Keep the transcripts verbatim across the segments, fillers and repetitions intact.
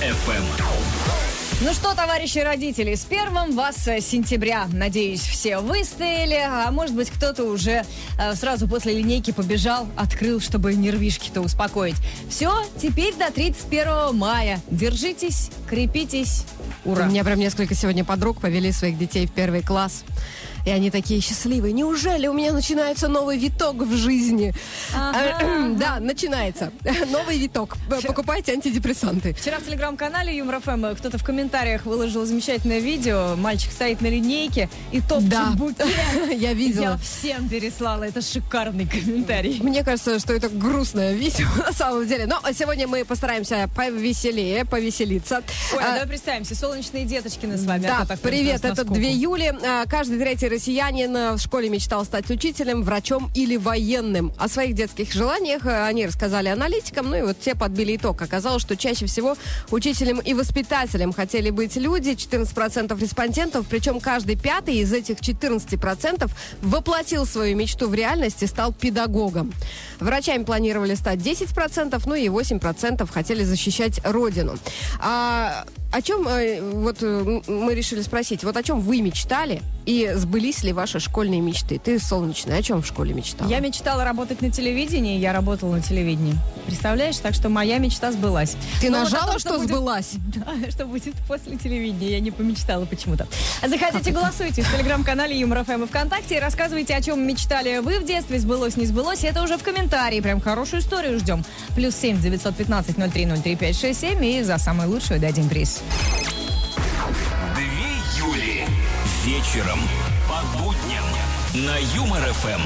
эф эм. Ну что, товарищи родители, с первым вас сентября. Надеюсь, все выстояли, а может быть, кто-то уже э, сразу после линейки побежал, открыл, чтобы нервишки-то успокоить. Все, теперь до тридцать первого мая. Держитесь, крепитесь. Ура! У меня прям несколько сегодня подруг повели своих детей в первый класс. И они такие счастливые. Неужели у меня начинается новый виток в жизни? Ага, ага. Да, начинается. Новый виток. Покупайте антидепрессанты. Вчера в телеграм-канале Юмор эф эм кто-то в комментариях выложил замечательное видео. Мальчик стоит на линейке и топчет Да. букет. Я видела. Я всем переслала. Это шикарный комментарий. Мне кажется, что это грустное видео на самом деле. Но сегодня мы постараемся повеселее, повеселиться. Ой, А, давай представимся. Солнечные деточкины с вами. Да, А то так привет, прям это наскоку. две Юли. А, Каждый третий россиянин в школе мечтал стать учителем, врачом или военным. О своих детских желаниях они рассказали аналитикам, ну и вот те подбили итог. Оказалось, что чаще всего учителем и воспитателем хотели быть люди, четырнадцать процентов респондентов, причем каждый пятый из этих четырнадцати процентов воплотил свою мечту в реальность и стал педагогом. Врачами планировали стать десять процентов, ну и восемь процентов хотели защищать родину. А о чем э, вот э, мы решили спросить? Вот о чем вы мечтали и сбылись ли ваши школьные мечты? Ты, Солнечная, о чем в школе мечтала? Я мечтала работать на телевидении, я работала на телевидении. Представляешь? Так что моя мечта сбылась. Ты Но нажала, вот о том, что будет- сбылась? Да, что будет после телевидения, я не помечтала почему-то. Заходите, голосуйте в телеграм-канале Юмор эф эм и ВКонтакте и рассказывайте, о чем мечтали вы в детстве, сбылось, не сбылось. Это уже в комментарии, прям хорошую историю ждем. Плюс семь девятьсот пятнадцать ноль три ноль три пять шесть семь и за самую лучшую дадим приз. Две Юли. Вечером по будням на Юмор эф эм.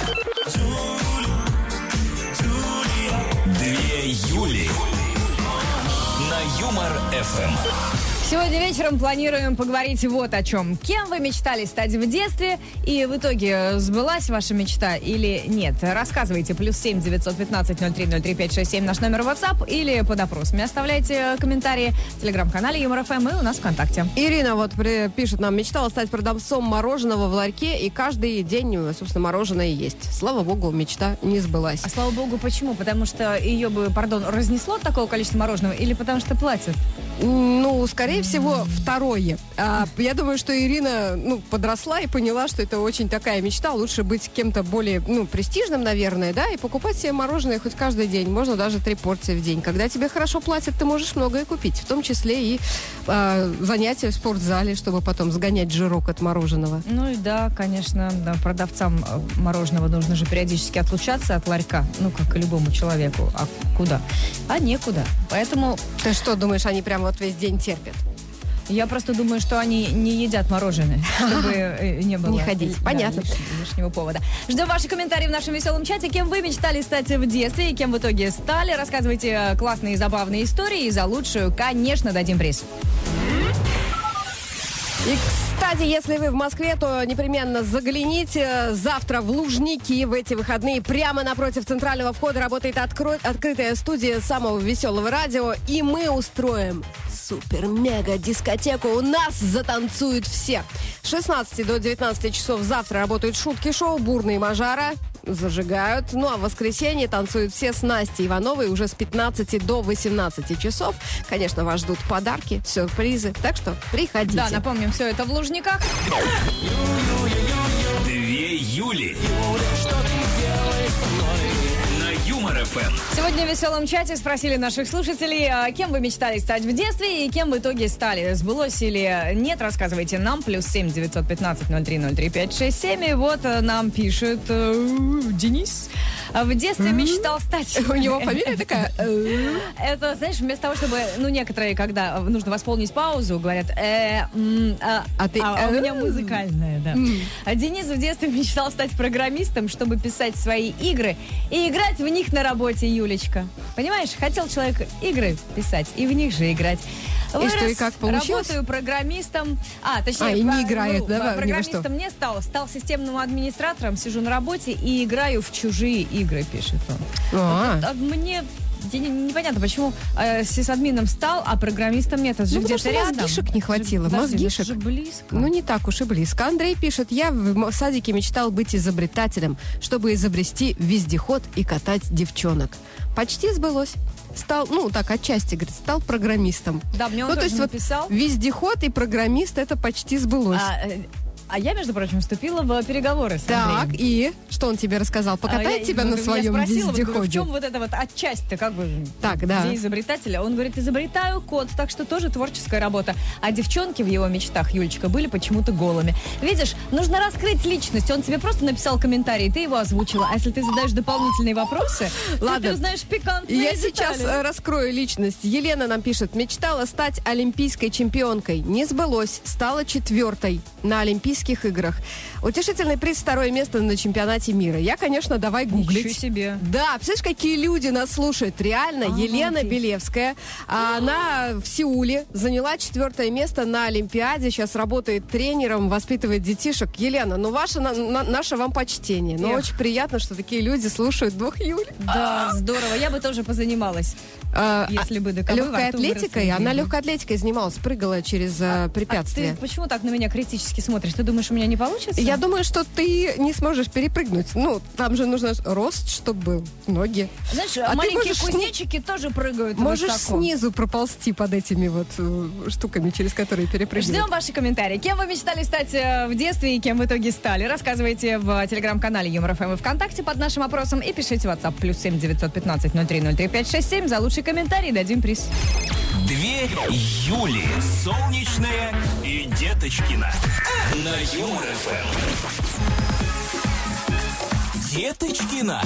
Две Юли на Юмор эф эм. Сегодня вечером планируем поговорить вот о чем. Кем вы мечтали стать в детстве, и в итоге сбылась ваша мечта или нет? Рассказывайте. Плюс семь девятьсот пятнадцать ноль три ноль три пять шесть семь наш номер WhatsApp или под опросами. Оставляйте комментарии в телеграм-канале Юмор эф эм и у нас ВКонтакте. Ирина вот при- пишет нам, мечтала стать продавцом мороженого в ларьке, и каждый день, собственно, мороженое есть. Слава богу, мечта не сбылась. А слава богу, почему? Потому что ее бы, пардон, разнесло от такого количества мороженого или потому что платят? Ну, скорее всего, второе. А, я думаю, что Ирина, ну, подросла и поняла, что это очень такая мечта. Лучше быть кем-то более, ну, престижным, наверное, да, и покупать себе мороженое хоть каждый день. Можно даже три порции в день. Когда тебе хорошо платят, ты можешь многое купить. В том числе и а, занятия в спортзале, чтобы потом сгонять жирок от мороженого. Ну и да, конечно, да, продавцам э, мороженого нужно же периодически отлучаться от ларька. Ну, как и любому человеку. А куда? А некуда. Поэтому Ты что, думаешь, они прям вот весь день терпят? я просто думаю, что они не едят мороженое, чтобы э, не было Не ходить. да, Понятно. лиш- лишнего повода. Ждем ваши комментарии в нашем веселом чате. Кем вы мечтали стать в детстве и кем в итоге стали? Рассказывайте э, классные и забавные истории. И за лучшую, конечно, дадим приз. И, кстати, если вы в Москве, то непременно загляните. Завтра в Лужники в эти выходные прямо напротив центрального входа работает откро- открытая студия самого веселого радио. И мы устроим супер-мега-дискотеку. У нас затанцуют все. С шестнадцати до девятнадцати часов завтра работают шутки-шоу «Бурные Мажара». Зажигают. Ну а в воскресенье танцуют все с Настей Ивановой уже с пятнадцати до восемнадцати часов. Конечно, вас ждут подарки, сюрпризы. Так что приходите. Да, напомним, все это в Лужниках. Две Юли на Юмор эф эм. Сегодня в веселом чате спросили наших слушателей, а, кем вы мечтали стать в детстве и кем в итоге стали. Сбылось или нет, рассказывайте нам. Плюс семь девятьсот пятнадцать ноль три ноль три пять шесть семь. И вот э, нам пишет э, Денис. А В детстве мечтал стать... У него фамилия такая. Это, знаешь, вместо того, чтобы, ну, некоторые, когда нужно восполнить паузу, говорят, э, м, а, А ты, а, а у э, меня музыкальная, да. А Денис в детстве мечтал стать программистом, чтобы писать свои игры и играть в них на работе, Юлечка. Понимаешь, хотел человек игры писать и в них же играть. И что, и как получилось? Работаю программистом. А, точнее, А, и не по- играет, ну, да, во- ни во что? программистом не стал. Стал системным администратором, сижу на работе и играю в чужие игры, пишет он. А. Вот, а мне Непонятно, почему э, сисадмином стал, а программистом нет. Это же Ну, потому где-то что рядом. мозгишек не хватило. Подожди, Мозгишек. это же близко. Ну, не так уж и близко. Андрей пишет: я в садике мечтал быть изобретателем, чтобы изобрести вездеход и катать девчонок. Почти сбылось. Стал, ну, так, отчасти, говорит, стал программистом. Да, мне он ну, тоже то есть написал. Вот вездеход и программист, это почти сбылось. А, э, а я, между прочим, вступила в переговоры с Так, Андреем. и что он тебе рассказал? Покатать А я- тебя ну, на своем Я спросила, вот, говорю, в вездеходе? чем вот эта вот отчасти, как бы, Так, да. где изобретателя? Он говорит, изобретаю код, так что тоже творческая работа. А девчонки в его мечтах, Юлечка, были почему-то голыми. Видишь, нужно раскрыть личность. Он тебе просто написал комментарий, ты его озвучила. А если ты задаешь дополнительные вопросы, то ты узнаешь пикантные Я детали. сейчас э, раскрою личность. Елена нам пишет: мечтала стать олимпийской чемпионкой. Не сбылось. Стала четвертой на Олимпийских играх. Утешительный приз — второе место на чемпионате мира. Я, конечно, давай гуглить. Ничего себе. Да, представляешь, какие люди нас слушают. Реально, А, Елена окей. Белевская. А она в Сеуле заняла четвертое место на Олимпиаде. Сейчас работает тренером, воспитывает детишек. Елена, ну ваше, на, на- наше вам почтение. Ну, Эх. очень приятно, что такие люди слушают двух Юль. Да, здорово. Я бы тоже позанималась, А, если бы до кого легкой атлетикой, она легкой атлетикой занималась, прыгала через э, препятствия. А ты почему так на меня критически смотришь? Ты думаешь, у меня не получится? Я думаю, что ты не сможешь перепрыгнуть. Ну, там же нужно рост, чтобы был, ноги. Знаешь, А ты маленькие можешь сни- кузнечики тоже прыгают Можешь высоко. снизу проползти под этими вот э, штуками, через которые перепрыгивают. Ждем ваши комментарии. Кем вы мечтали стать э, в детстве и кем в итоге стали? Рассказывайте в телеграм-канале Юмор ФМ и ВКонтакте под нашим опросом и пишите в WhatsApp плюс семь девятьсот пятнадцать ноль три ноль три пять шесть семь. За лучший комментарий дадим приз. Две Юли. Солнечная и Деточкина. На Юмор ФМ. Деточкина.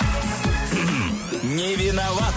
Не виноват.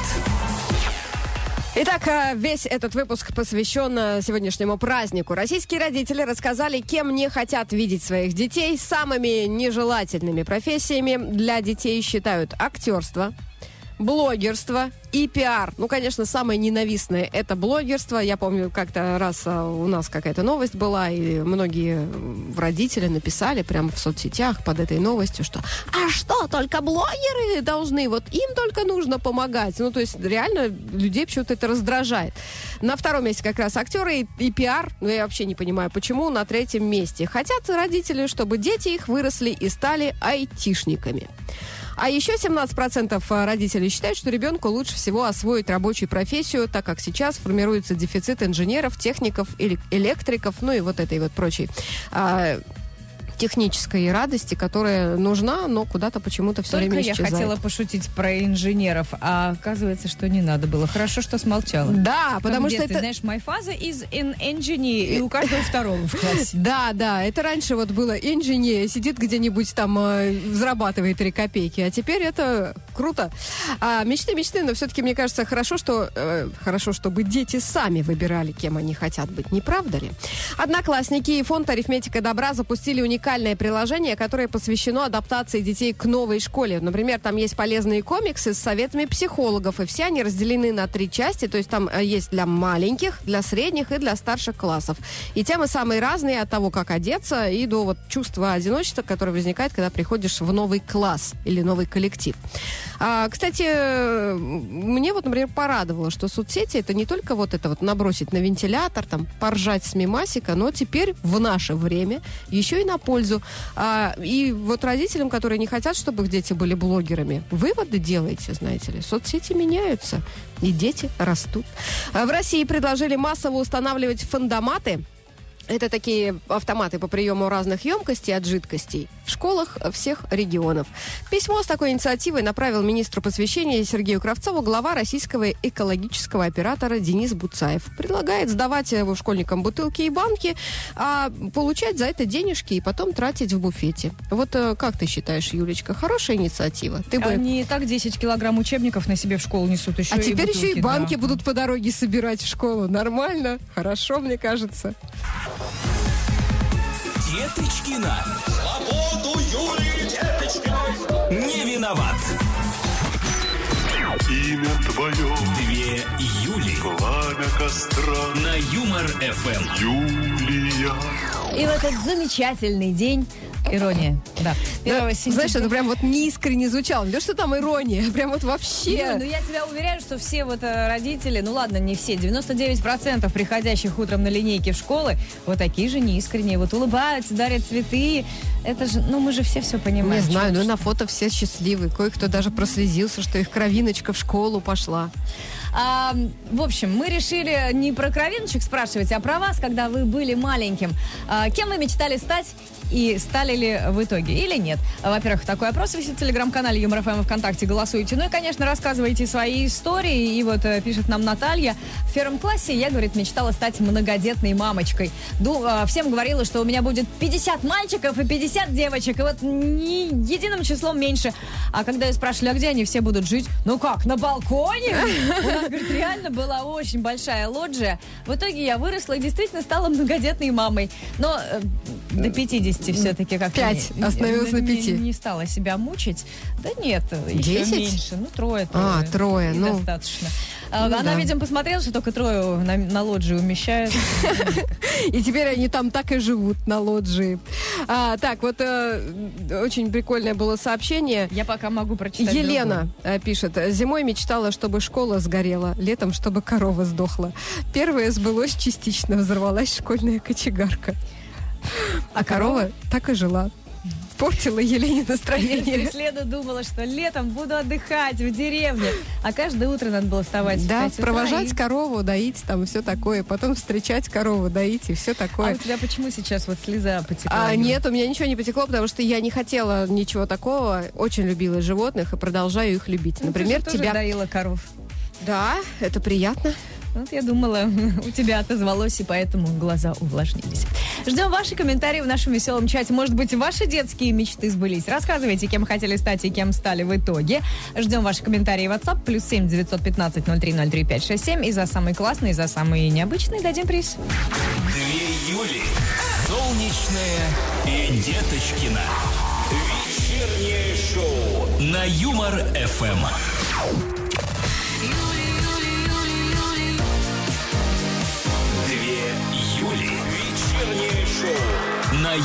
Итак, э, весь этот выпуск посвящен э, сегодняшнему празднику. Российские родители рассказали, кем не хотят видеть своих детей. Самыми нежелательными профессиями для детей считают актерство, блогерство и пиар. Ну, конечно, самое ненавистное — это блогерство. Я помню, как-то раз а, у нас какая-то новость была, и многие м, родители написали прямо в соцсетях под этой новостью, что «А что, только блогеры должны? Вот им только нужно помогать». Ну, то есть, реально, людей почему-то это раздражает. На втором месте как раз актеры и, и пиар. Ну, я вообще не понимаю, почему на третьем месте. Хотят родители, чтобы дети их выросли и стали айтишниками. А еще семнадцать процентов родителей считают, что ребенку лучше всего освоить рабочую профессию, так как сейчас формируется дефицит инженеров, техников, эле- электриков, ну и вот этой вот прочей а, технической радости, которая нужна, но куда-то почему-то все Только время я исчезает. хотела пошутить про инженеров, а оказывается, что не надо было. Хорошо, что смолчала. Да, Как потому в что детстве, это... знаешь, my father is in engineer, и у каждого второго в классе. Да, да, это раньше вот было инженер, сидит где-нибудь там, э, зарабатывает три копейки, а теперь это круто. А, мечты, мечты, но все-таки, мне кажется, хорошо, что э, хорошо, чтобы дети сами выбирали, кем они хотят быть, не правда ли? Одноклассники и фонд «Арифметика добра» запустили уникальное приложение, которое посвящено адаптации детей к новой школе. Например, там есть полезные комиксы с советами психологов, и все они разделены на три части, то есть там э, есть для маленьких, для средних и для старших классов. И темы самые разные, от того, как одеться, и до вот чувства одиночества, которое возникает, когда приходишь в новый класс или новый коллектив. А, кстати, э, мне вот, например, порадовало, что соцсети — это не только вот это вот набросить на вентилятор, там, поржать с мимасика, но теперь в наше время еще и на пользу. А, и вот родителям, которые не хотят, чтобы их дети были блогерами, выводы делайте, знаете ли. Соцсети меняются, и дети растут. А в России предложили массово устанавливать фондоматы. Это такие автоматы по приему разных емкостей от жидкостей в школах всех регионов. Письмо с такой инициативой направил министру просвещения Сергею Кравцову глава российского экологического оператора Денис Буцаев. Предлагает сдавать школьникам бутылки и банки, а получать за это денежки и потом тратить в буфете. Вот э, как ты считаешь, Юлечка, хорошая инициатива? Ты бы... Они и так десять килограмм учебников на себе в школу несут. Еще А и теперь бутылки, еще и банки да. будут по дороге собирать в школу. Нормально, хорошо, мне кажется. Деточкина. Свободу Юлии Деточкиной. Не виноват. Имя твое, Две Юли. пламя костра, На Юмор ФМ. Юлия. И в этот замечательный день Ирония, да. Да, знаешь, это прям вот неискренне звучало. Да что там ирония? Прям вот вообще. Юля, ну я тебя уверяю, что все вот э, родители, ну ладно, не все, девяносто девять процентов приходящих утром на линейке в школы вот такие же неискренние, вот улыбаются, дарят цветы. Это же, ну мы же все все понимаем. Не знаю, но на фото все счастливы. Кое-кто даже прослезился, что их кровиночка в школу пошла. А, в общем, мы решили не про кровиночек спрашивать, а про вас, когда вы были маленьким. А, кем вы мечтали стать и стали ли в итоге или нет? Во-первых, такой опрос висит в телеграм-канале Юмор ФМ и ВКонтакте. Голосуйте. Ну и, конечно, рассказывайте свои истории. И вот э, пишет нам Наталья. В первом классе я, говорит, мечтала стать многодетной мамочкой. Ду, э, всем говорила, что у меня будет пятьдесят мальчиков и пятьдесят девочек. И вот ни единым числом меньше. А когда я спрашивали, а где они все будут жить? Ну как, на балконе? У нас, говорит, реально была очень большая лоджия. В итоге я выросла и действительно стала многодетной мамой. Но э, до пятидесяти все-таки как-то... Пять. Не, Остановилась не, на пяти. Не, не стала себя мучить. Да нет, еще Десять? меньше. Ну, трое. трое. А, трое, ну... Достаточно. Ну, Она, да. видимо, посмотрела, что только трое на, на лоджии умещают. И теперь они там так и живут, на лоджии. А, так, вот э, очень прикольное было сообщение. Я пока могу прочитать. Елена э, пишет. Зимой мечтала, чтобы школа сгорела, летом, чтобы корова сдохла. Первое сбылось частично, взорвалась школьная кочегарка. А корова так и жила. Портила Елене настроение. Следа думала, что летом буду отдыхать в деревне. А каждое утро надо было вставать. Да, в пять утра провожать и... корову, доить, там все такое. Потом встречать корову, доить и все такое. А у тебя почему сейчас вот слеза потекла? А, нет, у меня ничего не потекло, потому что я не хотела ничего такого. Очень любила животных и продолжаю их любить. Ну, Например, ты же тебя... тоже доила коров. Да, это приятно. Вот я думала, у тебя отозвалось, и поэтому глаза увлажнились. Ждем ваши комментарии в нашем веселом чате. Может быть, ваши детские мечты сбылись? Рассказывайте, кем хотели стать и кем стали в итоге. Ждем ваши комментарии в WhatsApp. Плюс семь девятьсот пятнадцать ноль три ноль три пять шесть семь. И за самый классный, и за самый необычный дадим приз. Две Юли. Солнечная и Деточкина. Вечернее шоу на Юмор-ФМ. Вечернее шоу на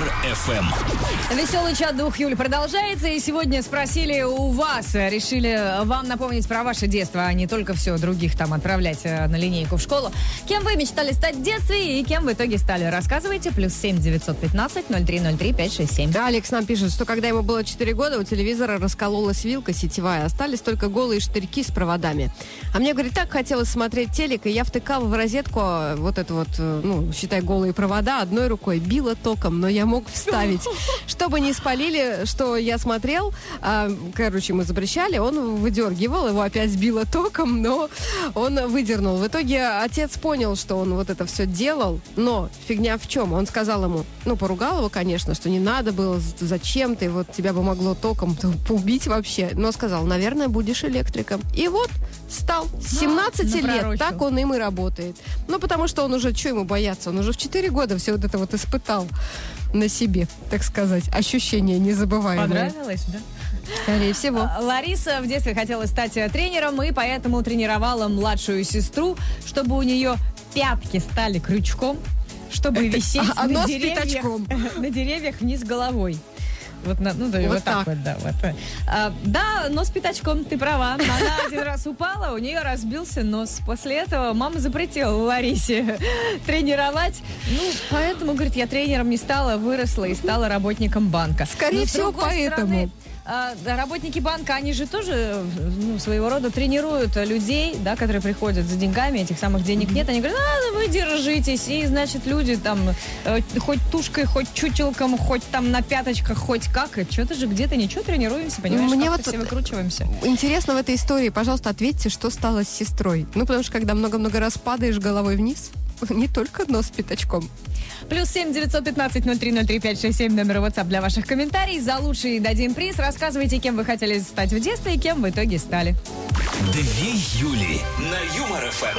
Юмор-ФМ. Веселый чат двух Юль продолжается. И сегодня спросили у вас, решили вам напомнить про ваше детство, а не только все других там отправлять на линейку в школу. Кем вы мечтали стать в детстве и кем в итоге стали? Рассказывайте. Плюс семь девятьсот пятнадцать ноль три ноль три пять шесть семь. Да, Алекс нам пишет, что когда ему было четыре года, у телевизора раскололась вилка сетевая, остались только голые штырьки с проводами. А мне, говорит, так хотелось смотреть телек, и я втыкала в розетку вот это вот, ну, считай, голые провода одной рукой, била током, но я мог вставить. Чтобы не спалили, что я смотрел, а, короче, мы запрещали, он выдергивал, его опять било током, но он выдернул. В итоге отец понял, что он вот это все делал, но фигня в чем? Он сказал ему, ну, поругал его, конечно, что не надо было, зачем ты, вот тебя бы могло током убить вообще, но сказал, наверное, будешь электриком. И вот стал. С семнадцати лет так он им и работает. Ну, потому что он уже, что ему бояться, он уже в четыре года все вот это вот испытал на себе, так сказать. Ощущение незабываемое. Понравилось, да? Скорее всего. Лариса в детстве хотела стать тренером и поэтому тренировала младшую сестру, чтобы у нее пятки стали крючком, чтобы Это, висеть а, на, а деревьях, на деревьях вниз головой. Вот, на, ну, да, вот, вот так. так вот, да. Вот. А, да, нос пятачком, ты права. Она один раз упала, у нее разбился нос. После этого мама запретила Ларисе тренировать. Ну, поэтому, говорит, я тренером не стала, выросла и стала работником банка. Скорее Но, всего, поэтому. Стороны, а, работники банка, они же тоже, ну, своего рода тренируют людей, да, которые приходят за деньгами, этих самых денег mm-hmm. нет. Они говорят, а, вы держитесь. И, значит, люди там э, хоть тушкой, хоть чучелком, хоть там на пяточках, хоть как. И что-то же где-то ничего тренируемся, понимаешь, Мне как-то вот все выкручиваемся. Интересно в этой истории, пожалуйста, ответьте, что стало с сестрой. Ну, потому что когда много-много раз падаешь головой вниз, не только нос пятачком. Плюс семь девятьсот пятнадцать ноль три ноль три пять шесть семь, номер WhatsApp для ваших комментариев. За лучший дадим приз. Рассказывайте, кем вы хотели стать в детстве и кем в итоге стали. Две Юли на Юмор-ФМ.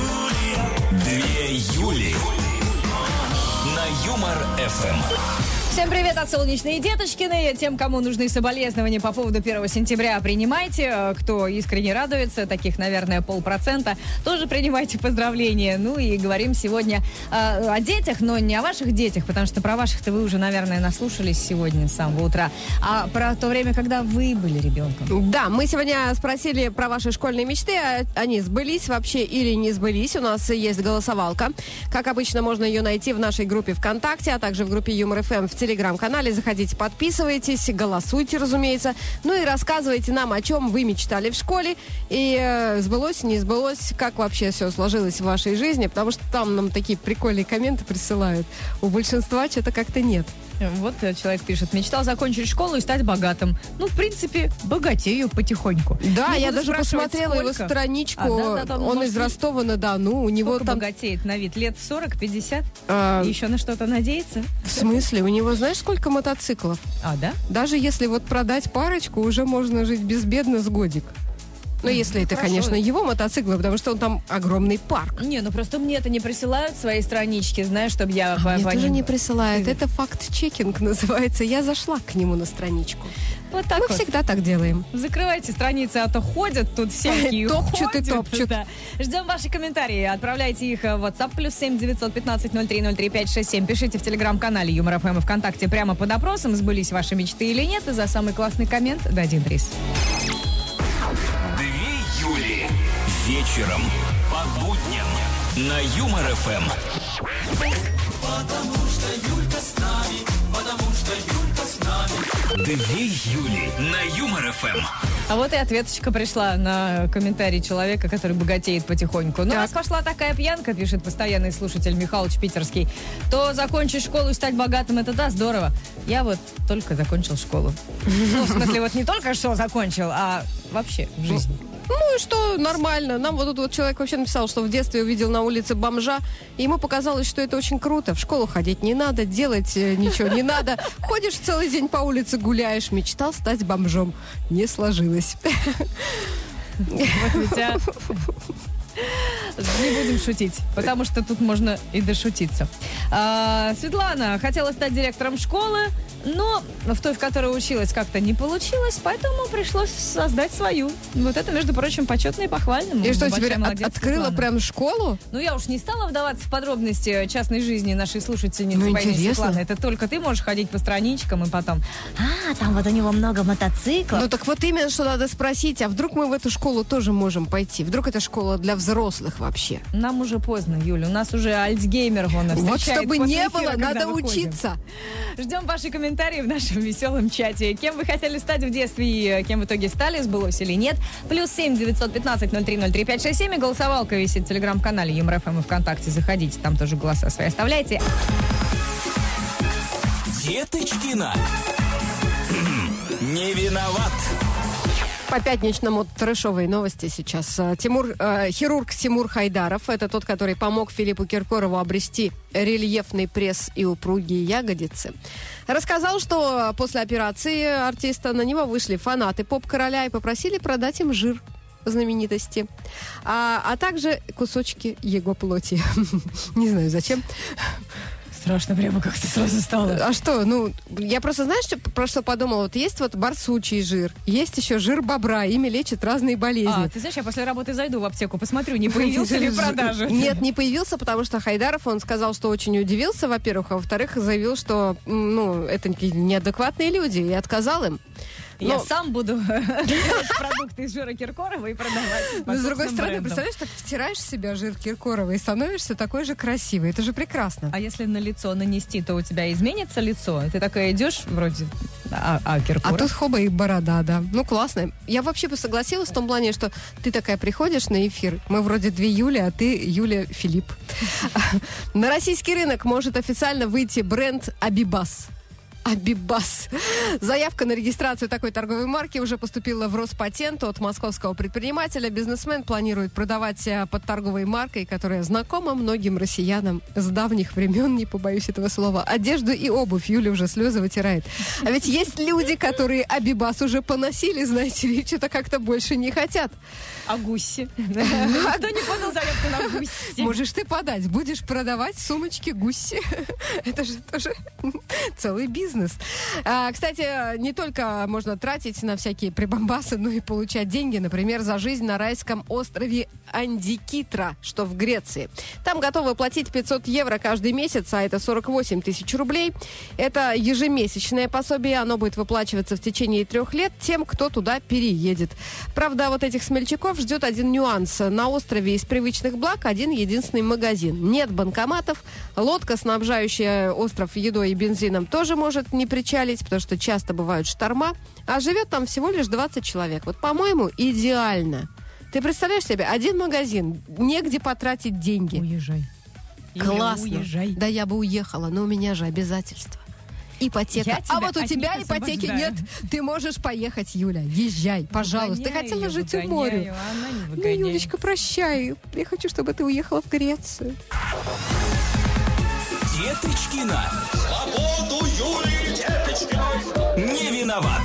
Две Юли на Юмор-ФМ. Всем привет от солнечной Деточкиной. Тем, кому нужны соболезнования по поводу первого сентября, принимайте. Кто искренне радуется, таких, наверное, полпроцента, тоже принимайте поздравления. Ну и говорим сегодня э, о детях, но не о ваших детях, потому что про ваших-то вы уже, наверное, наслушались сегодня с самого утра, а про то время, когда вы были ребенком. Да, мы сегодня спросили про ваши школьные мечты. Они сбылись вообще или не сбылись? У нас есть голосовалка. Как обычно, можно ее найти в нашей группе ВКонтакте, а также в группе Юмор эф эм в Телеграм-канале. Заходите, подписывайтесь, голосуйте, разумеется. Ну и рассказывайте нам, о чем вы мечтали в школе. И э, сбылось, не сбылось, как вообще все сложилось в вашей жизни. Потому что там нам такие прикольные комменты присылают. У большинства что-то как-то нет. Вот человек пишет: мечтал закончить школу и стать богатым. Ну, в принципе, богатею потихоньку. Да, не я даже посмотрела сколько. его страничку. А, да, да, да, он может, из Ростова-на-Дону. У него сколько там... богатеет на вид? Лет сорок-пятьдесят? А... Еще на что-то надеется? В смысле? У него знаешь, сколько мотоциклов? А, да? Даже если вот продать парочку, уже можно жить безбедно с годик. Ну, если это, хорошо. конечно, его мотоциклы, потому что он там огромный парк. Не, ну просто мне это не присылают свои странички, знаешь, чтобы я... А по, мне по тоже ним... не присылают. Это факт-чекинг называется. Я зашла к нему на страничку. Вот так Мы вот. всегда так делаем. Закрывайте страницы, а то ходят тут всякие. Топчут и ходят, топчут. Да. Ждем ваши комментарии. Отправляйте их в WhatsApp плюс семь девятьсот пятнадцать ноль три ноль три пять шесть семь. Пишите в Телеграм-канале Юмор эф эм и ВКонтакте прямо под опросом, сбылись ваши мечты или нет. И за самый классный коммент дадим приз. Две Юли. Вечером по будням на Юмор эф эм. Потому что Юлька с нами, потому что Юлька с нами. Две Юли на Юмор эф эм. А вот и ответочка пришла на комментарий человека, который богатеет потихоньку. Ну, раз пошла такая пьянка, пишет постоянный слушатель Михалыч Питерский, то закончить школу и стать богатым, это да, здорово. Я вот только закончил школу. Ну, в смысле, вот не только что закончил, а вообще в жизни. Ну и что, нормально. Нам вот тут вот человек вообще написал, что в детстве увидел на улице бомжа, и ему показалось, что это очень круто. В школу ходить не надо, делать э, ничего не надо. Ходишь целый день по улице, гуляешь. Мечтал стать бомжом. Не сложилось. Вот ведь, а. Не будем шутить, потому что тут можно и дошутиться. А, Светлана хотела стать директором школы, но в той, в которой училась, как-то не получилось, поэтому пришлось создать свою. Вот это, между прочим, почетно и похвально. И что, Большая теперь от- молодец, открыла Светлана. прям школу? Ну, я уж не стала вдаваться в подробности частной жизни нашей слушательницы Ну, по имени интересно. Светлана. Это только ты можешь ходить по страничкам и потом: а, там вот у него много мотоциклов. Ну так вот именно, что надо спросить, а вдруг мы в эту школу тоже можем пойти? Вдруг это школа для взрослых вообще? Нам уже поздно, Юля. У нас уже альцгеймер вон Вот встречает чтобы после не эфира, было, когда надо выходим. учиться. Ждем ваши комментарии в нашем веселом чате. Кем вы хотели стать в детстве и кем в итоге стали, сбылось или нет? Плюс семь девятьсот пятнадцать ноль три ноль три пять шесть семь. И голосовалка висит в Телеграм-канале Юмор эф эм и ВКонтакте. Заходите, там тоже голоса свои оставляйте. Деточкина. Не виноват. По пятничному трэшовые новости сейчас. Тимур, э, хирург Тимур Хайдаров, это тот, который помог Филиппу Киркорову обрести рельефный пресс и упругие ягодицы, рассказал, что после операции артиста на него вышли фанаты поп-короля и попросили продать им жир знаменитости, а, а также кусочки его плоти. Не знаю, зачем. Страшно прямо как-то сразу стало. А что, ну, я просто, знаешь, что, про что подумала? Вот есть вот барсучий жир, есть еще жир бобра, ими лечат разные болезни. А, ты знаешь, я после работы зайду в аптеку, посмотрю, не появился ли в продаже. Нет, не появился, потому что Хайдаров, он сказал, что очень удивился, во-первых, а во-вторых, заявил, что, ну, это неадекватные люди, и отказал им. Я Но- сам буду делать продукты из жира Киркорова и продавать. по Но, с другой собственным стороны, брендам. представляешь, так втираешь в себя жир Киркорова и становишься такой же красивый. Это же прекрасно. А если на лицо нанести, то у тебя изменится лицо? Ты такая идешь вроде, а, а А Киркоров? тут хоба и борода, да. Ну, классно. Я вообще бы согласилась в том плане, что ты такая приходишь на эфир, мы вроде две Юли, а ты Юля Филипп. На российский рынок может официально выйти бренд «Абибас». Абибас. Заявка на регистрацию такой торговой марки уже поступила в Роспатент от московского предпринимателя. Бизнесмен планирует продавать э, под торговой маркой, которая знакома многим россиянам с давних времен, не побоюсь этого слова, одежду и обувь. Юля уже слезы вытирает. А ведь есть люди, которые Абибас уже поносили, знаете ли, что-то как-то больше не хотят. А гуси? Никто не подал заявку на гуси. Можешь ты подать, будешь продавать сумочки гуси. Это же тоже целый бизнес. бизнес. А, кстати, не только можно тратить на всякие прибамбасы, но и получать деньги, например, за жизнь на райском острове Андикитра, что в Греции. Там готовы платить пятьсот евро каждый месяц, а это сорок восемь тысяч рублей. Это ежемесячное пособие, оно будет выплачиваться в течение трех лет тем, кто туда переедет. Правда, вот этих смельчаков ждет один нюанс. На острове из привычных благ один единственный магазин. Нет банкоматов, лодка, снабжающая остров едой и бензином, тоже может не причалить, потому что часто бывают шторма, а живет там всего лишь двадцать человек. Вот, по-моему, идеально. Ты представляешь себе, один магазин, негде потратить деньги. Уезжай. Классно. Юля, уезжай. Да я бы уехала, но у меня же обязательства. Ипотека. А вот у тебя ипотеки нет. Ты можешь поехать, Юля. Езжай, пожалуйста. Ты хотела жить у моря. Ну, Юлечка, прощай. Я хочу, чтобы ты уехала в Грецию. Деточкина. Свободу Юлии Деточкиной. Не виноват.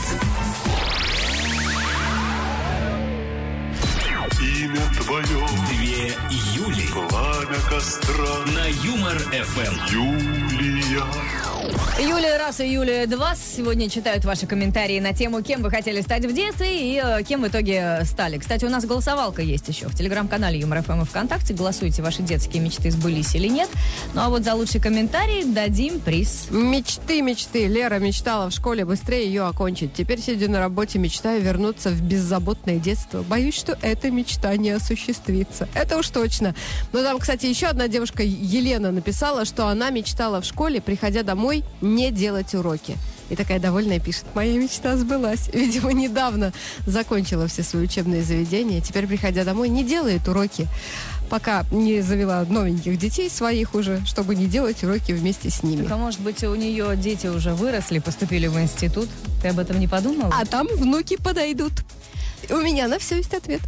Имя твое. Две Юли. Пламя костра. На Юмор-эф эм. Юлия. Юлия раз и Юлия два сегодня читают ваши комментарии на тему, кем вы хотели стать в детстве и э, кем в итоге стали. Кстати, у нас голосовалка есть еще в телеграм-канале Юмор-эф эм и ВКонтакте. Голосуйте, ваши детские мечты сбылись или нет. Ну а вот за лучший комментарий дадим приз. Мечты, мечты. Лера мечтала в школе быстрее ее окончить. Теперь, сидя на работе, мечтаю вернуться в беззаботное детство. Боюсь, что эта мечта не осуществится. Это уж точно. Но там, кстати, еще одна девушка, Елена, написала, что она мечтала в школе, приходя домой, не делать уроки. И такая довольная пишет: моя мечта сбылась. Видимо, недавно закончила все свои учебные заведения. Теперь, приходя домой, не делает уроки. Пока не завела новеньких детей своих уже, чтобы не делать уроки вместе с ними. Так, а может быть, у нее дети уже выросли, поступили в институт? Ты об этом не подумала? А там внуки подойдут. У меня на все есть ответ.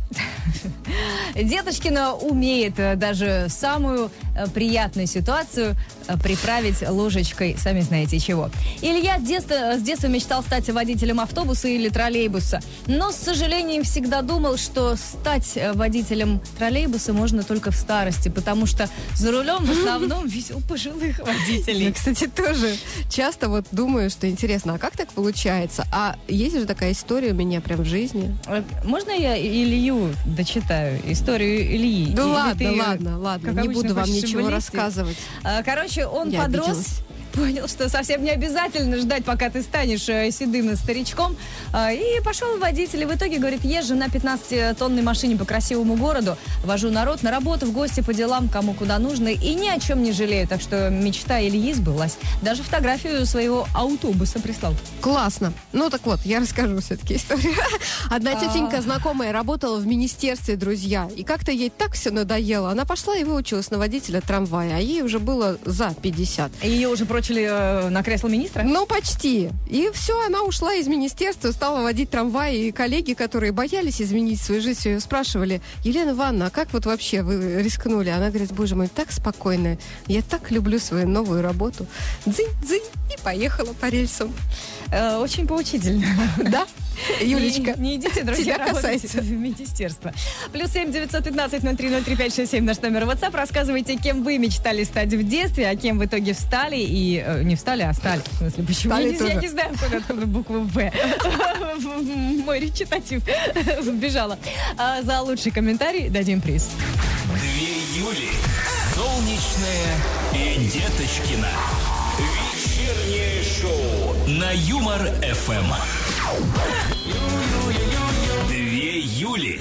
Деточкина умеет даже самую приятную ситуацию приправить ложечкой, сами знаете чего. Илья с детства, с детства мечтал стать водителем автобуса или троллейбуса, но, с сожалением, всегда думал, что стать водителем троллейбуса можно только в старости, потому что за рулем в основном видел пожилых водителей. Я, кстати, тоже часто вот думаю, что интересно, а как так получается? А есть же такая история у меня прям в жизни. Можно я Илью дочитаю? Историю Ильи? Да Или ладно, ты, ладно, ладно. как Не обычно, буду вам хочешь ничего вылезти? рассказывать. А, Короче, он Я подрос, обиделась. понял, что совсем не обязательно ждать, пока ты станешь э, седым старичком, э, и пошел водитель. И в итоге, говорит, езжу на пятнадцатитонной машине по красивому городу, вожу народ на работу, в гости, по делам, кому куда нужно, и ни о чем не жалею. Так что мечта Ильи сбылась. Даже фотографию своего автобуса прислал. Классно. Ну так вот, я расскажу все-таки историю. Одна тетенька знакомая работала в министерстве, друзья, и как-то ей так все надоело. Она пошла и выучилась на водителя трамвая, а ей уже было за пятьдесят. Ее уже прочили э, на кресло министра? Ну, почти. И все, она ушла из министерства, стала водить трамвай, и коллеги, которые боялись изменить свою жизнь, ее спрашивали: Елена Ивановна, а как вот вообще вы рискнули? Она говорит: боже мой, так спокойно, я так люблю свою новую работу. Дзынь-дзынь, и поехала по рельсам. Э, очень поучительно. Да? Юлечка, не, не идите, друзья, тебя работать касается. в министерство. Плюс семь девятьсот пятнадцать ноль три ноль три пять шесть семь наш номер WhatsApp. Рассказывайте, кем вы мечтали стать в детстве, а кем в итоге встали и э, не встали, а стали. В смысле, почему? Стали Я, не, я тоже. не знаю, куда откуда буква В. Мой речитатив вбежала. А за лучший комментарий дадим приз. Две Юли. Солнечная и Деточкина. Вечернее шоу на Юмор-эф эм. Две Юли.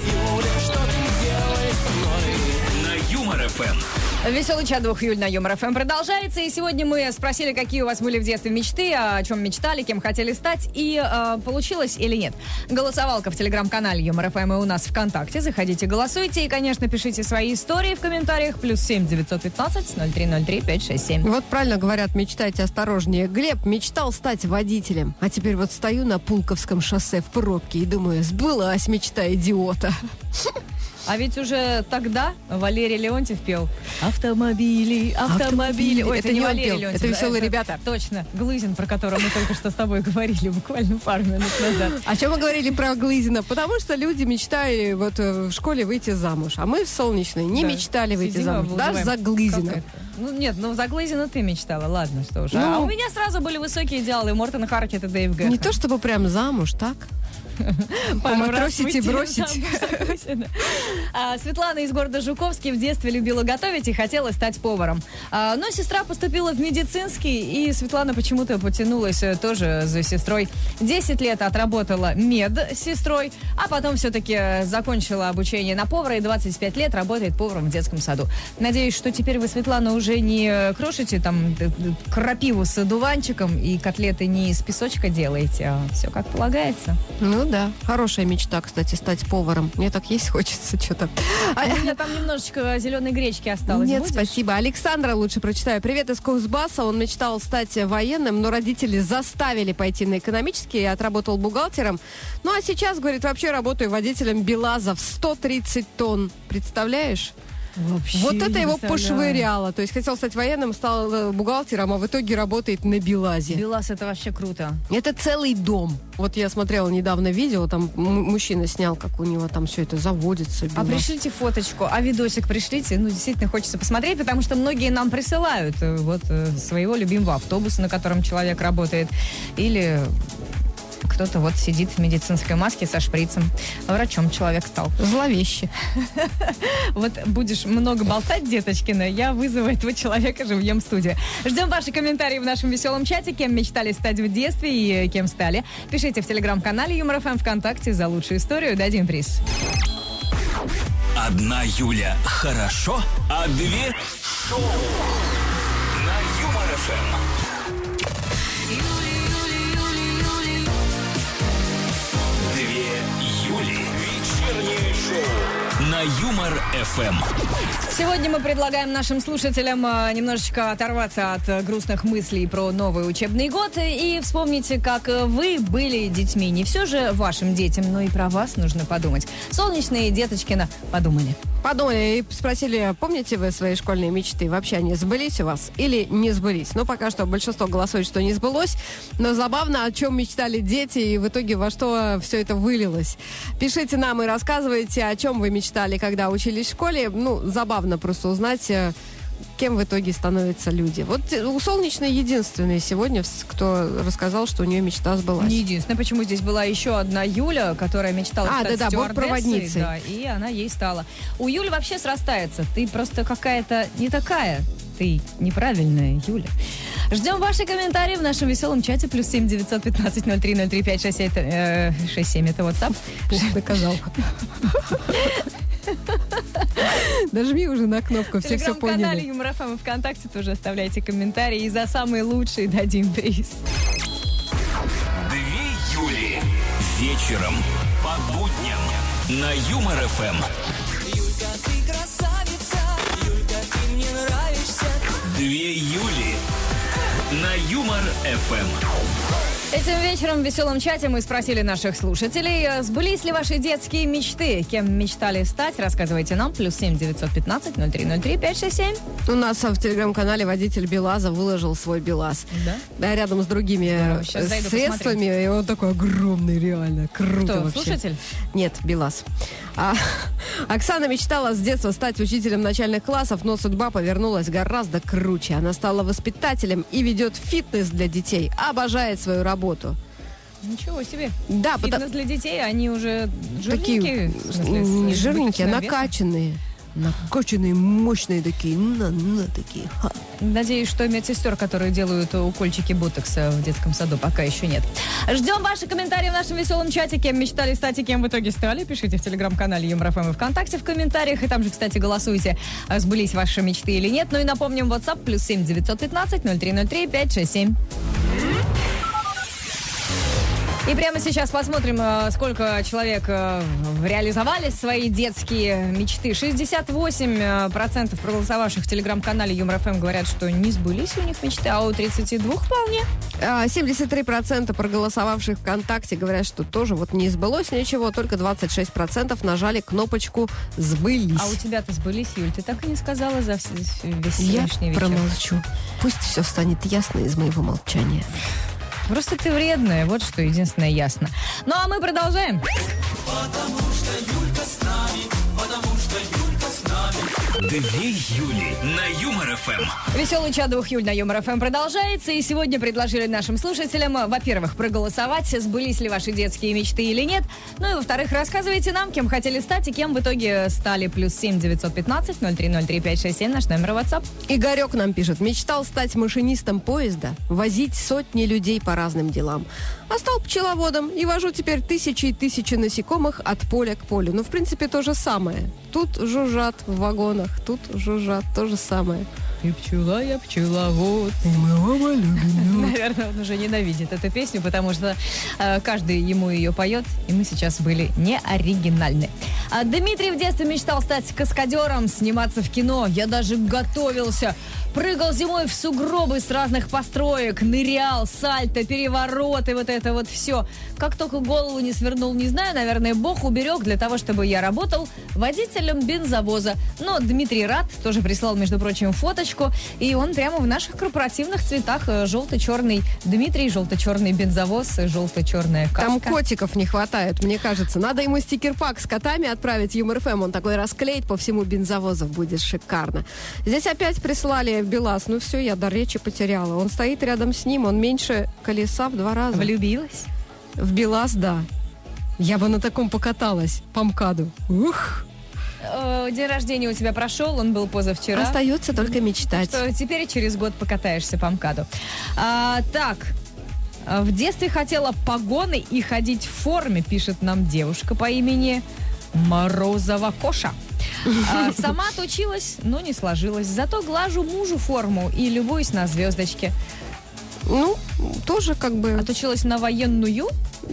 На Юмор-эф эм. Веселый чат двух июля на Юмор-эф эм продолжается. И сегодня мы спросили, какие у вас были в детстве мечты, о чем мечтали, кем хотели стать, и э, получилось или нет. Голосовалка в телеграм-канале Юмор-эф эм и у нас ВКонтакте. Заходите, голосуйте и, конечно, пишите свои истории в комментариях. Плюс семь девятьсот пятнадцать ноль три ноль три пять шесть семь. Вот правильно говорят, мечтайте осторожнее. Глеб мечтал стать водителем, а теперь вот стою на Пулковском шоссе в пробке и думаю, сбылась мечта идиота. А ведь уже тогда Валерий Леонтьев пел: а Автомобили, автомобили. Ой, Это это, не не он Валерий пел, Леонтьев, это да, «Веселые ребята». Точно, Глызин, про которого мы только что с тобой говорили буквально пару минут назад. О чем мы говорили про Глызина? Потому что люди мечтали вот э, в школе выйти замуж. А мы в Солнечной не Да. мечтали выйти Сидим, замуж. Даже обалдеваем. за Глызина. Как это? Ну нет, ну за Глызина ты мечтала, ладно, что уж. Ну, а у меня сразу были высокие идеалы. Мортон Харкет и Дэйв Гэхэм. Не то чтобы прям замуж, так? Пару раз Поматросить и выйти бросить. замуж за Глызина. А, Светлана из города Жуковский в детстве любила готовить и хотела стать поваром. А, но сестра поступила в медицинский, и Светлана почему-то потянулась э, тоже за сестрой. Десять лет отработала мед с сестрой, а потом все-таки закончила обучение на повара и двадцать пять лет работает поваром в детском саду. Надеюсь, что теперь вы, Светлана, уже не крошите там д- д- крапиву с одуванчиком и котлеты не из песочка делаете, а все как полагается. Ну да, хорошая мечта, кстати, стать поваром. Мне так есть хочется что-то. А у меня там немножечко зеленой гречки осталось. Нет, Будешь? спасибо. Александра лучше прочитаю. Привет из Кузбасса. Он мечтал стать военным, но родители заставили пойти на экономический и отработал бухгалтером. Ну а сейчас, говорит, вообще работаю водителем БелАЗа в сто тридцать тонн. Представляешь? Вообще Вот это не его представляю. пошвыряло. То есть хотел стать военным, стал э, бухгалтером, а в итоге работает на БелАЗе. БелАЗ это вообще круто. Это целый дом. Вот я смотрела недавно видео, там м- мужчина снял, как у него там все это заводится. А БелАЗ. пришлите фоточку, а видосик пришлите. Ну, действительно хочется посмотреть, потому что многие нам присылают э, вот э, своего любимого автобуса, на котором человек работает. Или кто-то вот сидит в медицинской маске со шприцем. Врачом человек стал. Зловеще. Вот будешь много болтать, деточкина, я вызову этого человека живьем в студию. Ждем ваши комментарии в нашем веселом чате, кем мечтали стать в детстве и кем стали. Пишите в телеграм-канале Юмор ФМ, ВКонтакте. За лучшую историю дадим приз. Одна Юля хорошо, а две шоу на Юмор ФМ. Две Юли. Вечернее шоу на Юмор ФМ. Сегодня мы предлагаем нашим слушателям э, немножечко оторваться от э, грустных мыслей про новый учебный год и вспомните, как э, вы были детьми. Не все же вашим детям, но и про вас нужно подумать. Солнечные деточкина подумали. Подумали и спросили, помните вы свои школьные мечты? Вообще они сбылись у вас или не сбылись? Ну, пока что большинство голосует, что не сбылось. Но забавно, о чем мечтали дети и в итоге во что все это вылилось. Пишите нам и рассказывайте, о чем вы мечтали, когда учились в школе. Ну, забавно просто узнать, кем в итоге становятся люди. Вот у Солнечной единственный сегодня, кто рассказал, что у нее мечта сбылась. Не единственное, почему здесь была еще одна Юля, которая мечтала А, стать да-да, стюардессой, бортпроводницей. да, и она ей стала. У Юли вообще срастается. Ты просто какая-то не такая. Ты неправильная, Юля. Ждем ваши комментарии в нашем веселом чате. Плюс семь девятьсот пятнадцать ноль три ноль три пять шесть семь. Э, шесть семь это WhatsApp. Доказал. Нажми уже на кнопку, В все все телеграм-канале поняли. Юмор ФМ и ВКонтакте тоже оставляйте комментарии. И за самые лучшие дадим приз. Две Юли. Вечером по будням на Юмор ФМ. Юлька, ты красавица, Юлька, ты мне нравишься. Две Юли на Юмор ФМ. Этим вечером в веселом чате мы спросили наших слушателей, сбылись ли ваши детские мечты? Кем мечтали стать? Рассказывайте нам. Плюс семь девятьсот пятнадцать ноль три ноль три пять шесть семь. У нас в телеграм-канале водитель БелАЗа выложил свой БелАЗ. Да? Да, рядом с другими Здорово. Сейчас э, зайду, средствами. И он такой огромный, реально. Круто Кто, вообще. слушатель? Нет, БелАЗ. А, Оксана мечтала с детства стать учителем начальных классов, но судьба повернулась гораздо круче. Она стала воспитателем и ведет фитнес для детей. Обожает свою работу. Ничего себе. Да, Фитнес потому для детей, они уже жирненькие. такие в смысле, с не жирненькие, а избыточным весом. накачанные. Накачанные, мощные такие. На, на, такие. Ха. Надеюсь, что медсестер, которые делают укольчики ботокса в детском саду, пока еще нет. Ждем ваши комментарии в нашем веселом чате. Кем мечтали стать и кем в итоге стали. Пишите в телеграм-канале Юмор ФМ и ВКонтакте в комментариях. И там же, кстати, голосуйте, сбылись ваши мечты или нет. Ну и напомним, WhatsApp плюс семь девятьсот пятнадцать ноль три ноль три пять шесть семь. И прямо сейчас посмотрим, э, сколько человек э, реализовали свои детские мечты. шестьдесят восемь процентов проголосовавших в телеграм-канале Юмор ФМ говорят, что не сбылись у них мечты, а у тридцать два вполне. А, семьдесят три процента проголосовавших ВКонтакте говорят, что тоже вот не сбылось ничего, только двадцать шесть процентов нажали кнопочку «Сбылись». А у тебя-то сбылись, Юль, ты так и не сказала за вс- весь Я сегодняшний вечер. промолчу. Пусть все станет ясно из моего молчания. Просто ты вредная, вот что единственное ясно. Ну а мы продолжаем. Потому что Юлька с нами, потому что Юлька с нами. Две Юли на Юмор ФМ. Веселый чат двух Юль на Юмор ФМ продолжается. И сегодня предложили нашим слушателям, во-первых, проголосовать, сбылись ли ваши детские мечты или нет. Ну и, во-вторых, рассказывайте нам, кем хотели стать и кем в итоге стали. Плюс семь девятьсот пятнадцать ноль три ноль три пять шесть семь, наш номер WhatsApp. Игорек нам пишет: мечтал стать машинистом поезда, возить сотни людей по разным делам. А стал пчеловодом и вожу теперь тысячи и тысячи насекомых от поля к полю. Ну, в принципе, то же самое. Тут жужжат в вагонах, тут жужжат, то же самое. И пчела, я пчеловод. И мы оба любим мед. Наверное, он уже ненавидит эту песню, потому что э, каждый ему ее поет, и мы сейчас были не оригинальны. А Дмитрий в детстве мечтал стать каскадером, сниматься в кино. Я даже готовился. Прыгал зимой в сугробы с разных построек, нырял, сальто, перевороты, вот это вот все. Как только голову не свернул, не знаю, наверное, Бог уберег для того, чтобы я работал водителем бензовоза. Но Дмитрий рад, тоже прислал, между прочим, фоточку, и он прямо в наших корпоративных цветах: желто-черный Дмитрий, желто-черный бензовоз, желто-черная каска. Там котиков не хватает, мне кажется. Надо ему стикер-пак с котами отправить в Юмор ФМ. Он такой расклеит по всему бензовозу. Будет шикарно. Здесь опять прислали БелАЗ. Ну все, я дар речи потеряла. Он стоит рядом с ним. Он меньше колеса в два раза. Влюбилась? В БелАЗ, да. Я бы на таком покаталась по МКАДу. Ух! Э, День рождения у тебя прошел, он был позавчера. Остается только мечтать. Что теперь через год покатаешься по МКАДу. А, так, в детстве хотела погоны и ходить в форме, пишет нам девушка по имени Морозова Коша. А, сама отучилась, но не сложилось. Зато глажу мужу форму и любуюсь на звездочки. Ну, тоже как бы... Отучилась на военную?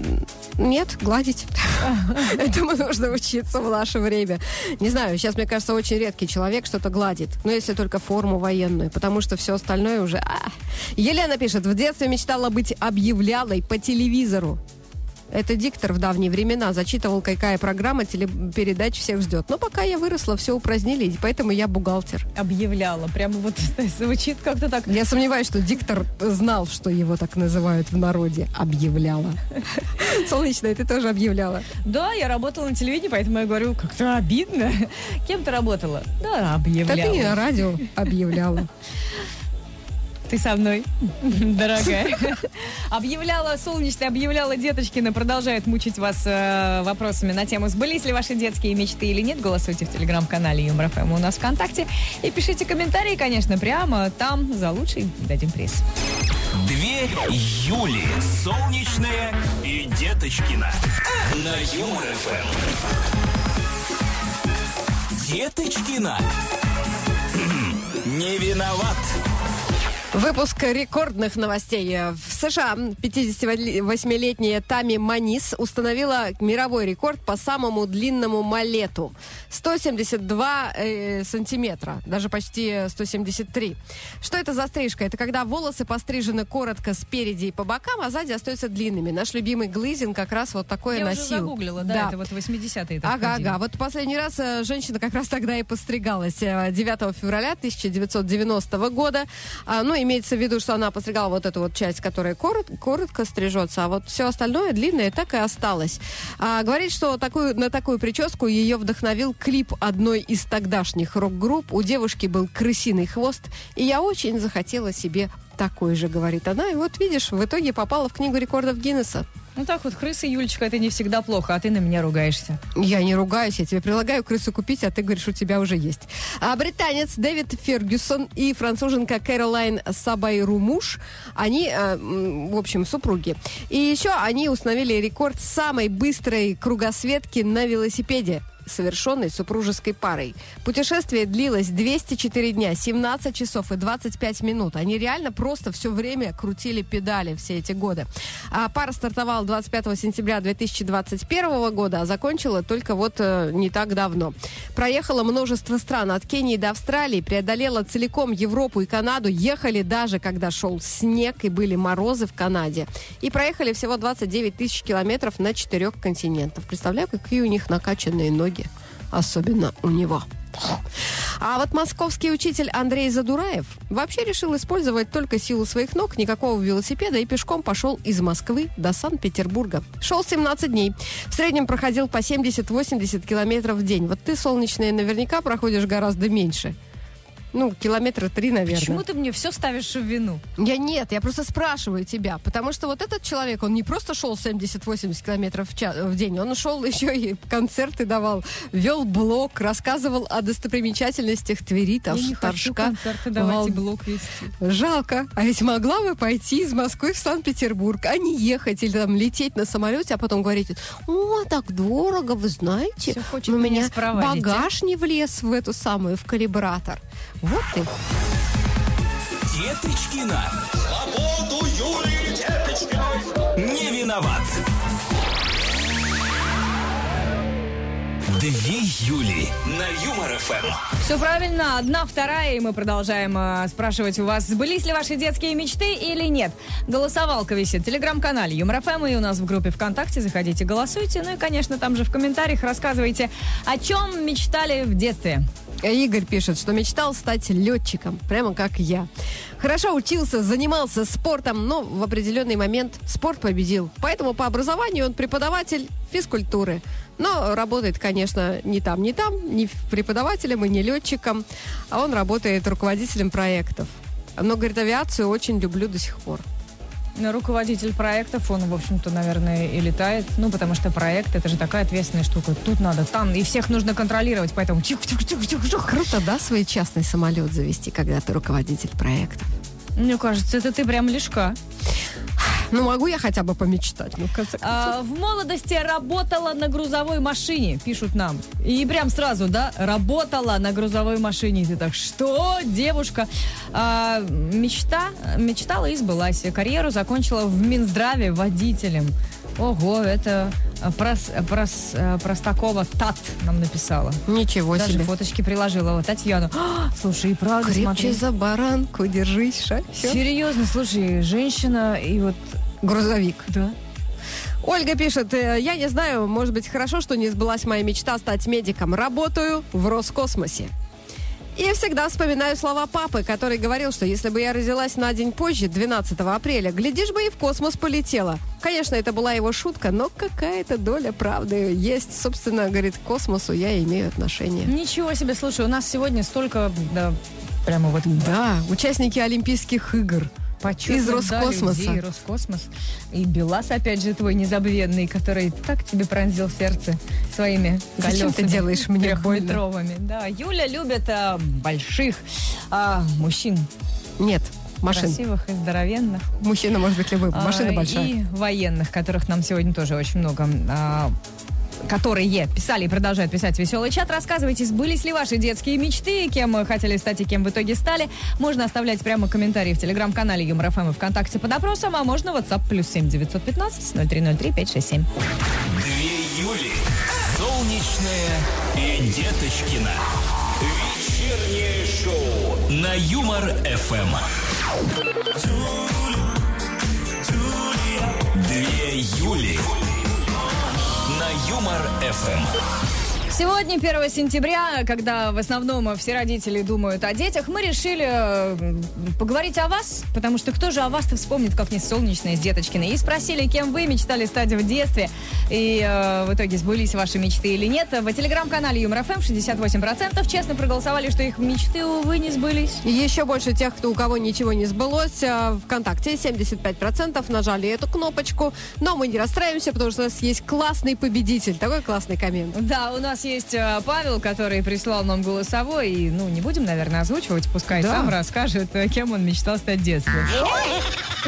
Нет, гладить. Этому нужно учиться в наше время. Не знаю, сейчас, мне кажется, очень редкий человек что-то гладит. Но если только форму военную, потому что все остальное уже... А. Елена пишет: в детстве мечтала быть объявлялой по телевизору. Это диктор в давние времена зачитывал, какая программа телепередач всех ждет. Но пока я выросла, все упразднили, и поэтому я бухгалтер. Объявляла. Прямо вот звучит как-то так. Я сомневаюсь, что диктор знал, что его так называют в народе. Объявляла. Солнечная, ты тоже объявляла? Да, я работала на телевидении, поэтому я говорю, как-то обидно. Кем ты работала? Да, объявляла. Да ты не на радио объявляла. Ты со мной, дорогая. Объявляла, солнечная, объявляла Деточкина, продолжает мучить вас э, вопросами на тему, сбылись ли ваши детские мечты или нет. Голосуйте в телеграм-канале Юмор ФМ у нас ВКонтакте. И пишите комментарии, конечно, прямо там. За лучший дадим приз. Две Юли. Солнечная и Деточкина. На Юмор ФМ. Деточкина. Не виноват. Выпуск рекордных новостей. В США пятидесятивосьмилетняя Тами Манис установила мировой рекорд по самому длинному малету. сто семьдесят два э, сантиметра, даже почти сто семьдесят три. Что это за стрижка? Это когда волосы пострижены коротко спереди и по бокам, а сзади остаются длинными. Наш любимый Глызин как раз вот такое Я носил. уже загуглила, да, да, это вот восьмидесятые. Так ага, ходили. ага. Вот последний раз э, женщина как раз тогда и постригалась. девятого февраля тысяча девятьсот девяностого года. А, ну, имеется в виду, что она постригала вот эту вот часть, которая корот, коротко стрижется, а вот все остальное длинное так и осталось. А, говорит, что такую, на такую прическу ее вдохновил клип одной из тогдашних рок-групп. У девушки был крысиный хвост, и я очень захотела себе такой же, говорит она. И вот видишь, в итоге попала в книгу рекордов Гиннесса. Ну так вот, крысы, Юлечка, это не всегда плохо, а ты на меня ругаешься. Я не ругаюсь, я тебе предлагаю крысу купить, а ты говоришь, у тебя уже есть. А британец Дэвид Фергюсон и француженка Кэролайн Сабайрумуш, они, э, в общем, супруги. И еще они установили рекорд самой быстрой кругосветки на велосипеде. совершенной супружеской парой. Путешествие длилось двести четыре дня, семнадцать часов и двадцать пять минут. Они реально просто все время крутили педали все эти годы. А пара стартовала двадцать пятого сентября две тысячи двадцать первого года, а закончила только вот э, не так давно. Проехала множество стран, от Кении до Австралии, преодолела целиком Европу и Канаду, ехали даже, когда шел снег и были морозы в Канаде. И проехали всего двадцать девять тысяч километров на четырех континентах. Представляю, какие у них накачанные ноги. Особенно у него. А вот московский учитель Андрей Задураев вообще решил использовать только силу своих ног, никакого велосипеда, и пешком пошел из Москвы до Санкт-Петербурга. Шел семнадцать дней. В среднем проходил по семьдесят-восемьдесят километров в день. Вот ты, солнечная, наверняка проходишь гораздо меньше. Ну, километра три, наверное. Почему ты мне все ставишь в вину? Я нет, я просто спрашиваю тебя, потому что вот этот человек, он не просто шел семьдесят-восемьдесят километров в, ча- в день, он шел еще и концерты давал, вел блог, рассказывал о достопримечательностях Твери, там, Я не хочу Торжка. концерты давать Вал- и блог вести. Жалко. А ведь могла бы пойти из Москвы в Санкт-Петербург, а не ехать или там лететь на самолете, а потом говорить: о, так дорого, вы знаете, Всё хочет у меня меня спровадить, а?» багаж не влез в эту самую, в калибратор. Вот ты. Деточкина. Свободу Юлии Деточкиной. Не виноват. Две Юли на Юмор ФМ. Все правильно, одна, вторая, и мы продолжаем э, спрашивать у вас, сбылись ли ваши детские мечты или нет. Голосовалка висит в телеграм-канале Юмор ФМ и у нас в группе ВКонтакте. Заходите, голосуйте. Ну и, конечно, там же в комментариях рассказывайте, о чем мечтали в детстве. Игорь пишет, что мечтал стать летчиком, прямо как я. Хорошо учился, занимался спортом, но в определенный момент спорт победил. Поэтому по образованию он преподаватель физкультуры. Но работает, конечно, не там, не там, не преподавателем и не летчиком, а он работает руководителем проектов. Но, говорит, авиацию очень люблю до сих пор. Руководитель проектов, он, в общем-то, наверное, и летает. Ну, потому что проект — это же такая ответственная штука. Тут надо, там, и всех нужно контролировать, поэтому тихо-тихо-тихо-тихо. Круто, да, свой частный самолет завести, когда ты руководитель проектов? Мне кажется, это ты прям лишка. Ну, могу я хотя бы помечтать, ну, в конце концов. А, в молодости работала на грузовой машине, пишут нам. И прям сразу, да, работала на грузовой машине. И ты так, что, девушка? А, мечта, мечтала и сбылась. Карьеру закончила в Минздраве водителем. Ого, это прос, прос, Простакова Тат нам написала. Ничего Даже себе. фоточки приложила. Вот Татьяну. А, слушай, и правда, Крепче смотри. за баранку, держись, шофер. Серьезно, слушай, женщина и вот... Грузовик. Да. Ольга пишет, э, я не знаю, может быть, хорошо, что не сбылась моя мечта стать медиком. Работаю в Роскосмосе. И всегда вспоминаю слова папы, который говорил, что если бы я родилась на день позже, двенадцатого апреля, глядишь бы, и в космос полетела. Конечно, это была его шутка, но какая-то доля правды есть. Собственно, говорит, к космосу я имею отношение. Ничего себе, слушай, у нас сегодня столько, да, прямо вот... Да, участники Олимпийских игр. Почетных, из Роскосмоса. Да, людей, Роскосмос. И Белас, опять же, твой незабвенный, который так тебе пронзил сердце своими Зачем ты колесами делаешь мне больно? трехметровыми. Да, Юля любит а, больших а, мужчин. Нет, машин. Красивых и здоровенных. Мужчина может быть любой, машина А, большая. И военных, которых нам сегодня тоже очень много... А, которые писали и продолжают писать в веселый чат. Рассказывайте, сбылись ли ваши детские мечты, кем вы хотели стать и кем в итоге стали. Можно оставлять прямо комментарии в телеграм-канале Юмор ФМ и ВКонтакте под опросом, а можно в WhatsApp плюс семь девятьсот пятнадцать ноль три ноль три пять шесть семь. Две Юли. Солнечная и Деточкина. Вечернее шоу на Юмор ФМ. Две Юли. На Юмор ФМ. Сегодня, первого сентября, когда в основном все родители думают о детях, мы решили э, поговорить о вас, потому что кто же о вас-то вспомнит, как не солнечная с Деточкиной. И спросили, кем вы мечтали стать в детстве, и э, в итоге сбылись ваши мечты или нет. В телеграм-канале Юмор ФМ шестьдесят восемь процентов честно проголосовали, что их мечты, увы, не сбылись. И еще больше тех, кто, у кого ничего не сбылось. а, ВКонтакте семьдесят пять процентов нажали эту кнопочку. Но мы не расстраиваемся, потому что у нас есть классный победитель. Такой классный коммент. Да, у нас есть э, Павел, который прислал нам голосовой, и, ну, не будем, наверное, озвучивать, пускай Да. сам расскажет, э, кем он мечтал стать в детстве.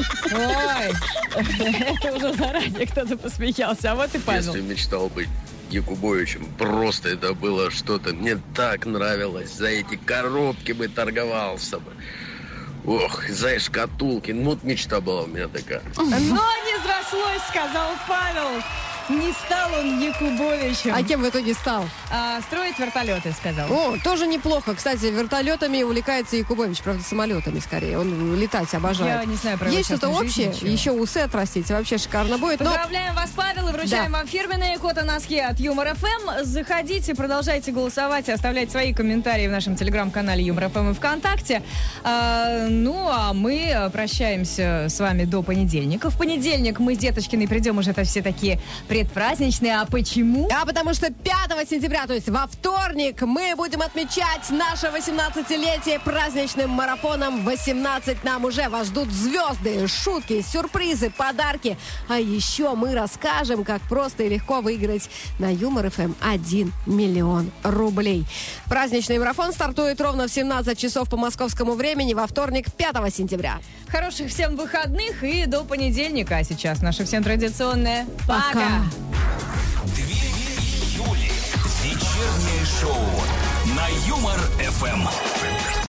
Ой, это уже заранее кто-то посмеялся, а вот и В Павел. детстве мечтал быть Якубовичем. Просто это было что-то. Мне так нравилось. За эти коробки бы торговался бы. Ох, за шкатулки. Ну, вот мечта была у меня такая. Но не срослось, сказал Павел. Не стал он Якубовичем. А кем в итоге стал? А, строить вертолеты, сказал. О, тоже неплохо. Кстати, вертолетами увлекается Якубович, правда, самолетами скорее. Он летать обожает. Я не знаю про его Есть что-то частную жизнь, общее? ничего. Еще усы отрастить. Вообще шикарно будет. Но Поздравляем вас, Павел, и вручаем Да. вам фирменные кота-носки от Юмор ФМ. Заходите, продолжайте голосовать и оставлять свои комментарии в нашем телеграм-канале Юмор ФМ и ВКонтакте. А, ну, а мы прощаемся с вами до понедельника. В понедельник мы с Деточкиной придем уже это все такие предпраздничные. А почему? А потому что пятого сентября, то есть во вторник, мы будем отмечать наше восемнадцатилетие праздничным марафоном восемнадцать. Нам уже вас ждут звезды, шутки, сюрпризы, подарки. А еще мы расскажем, как просто и легко выиграть на Юмор ФМ один миллион рублей. Праздничный марафон стартует ровно в семнадцать часов по московскому времени во вторник, пятого сентября. Хороших всем выходных и до понедельника. А сейчас наше всем традиционное Пока. пока. Две Юли. Вечернее шоу на Юмор ФМ.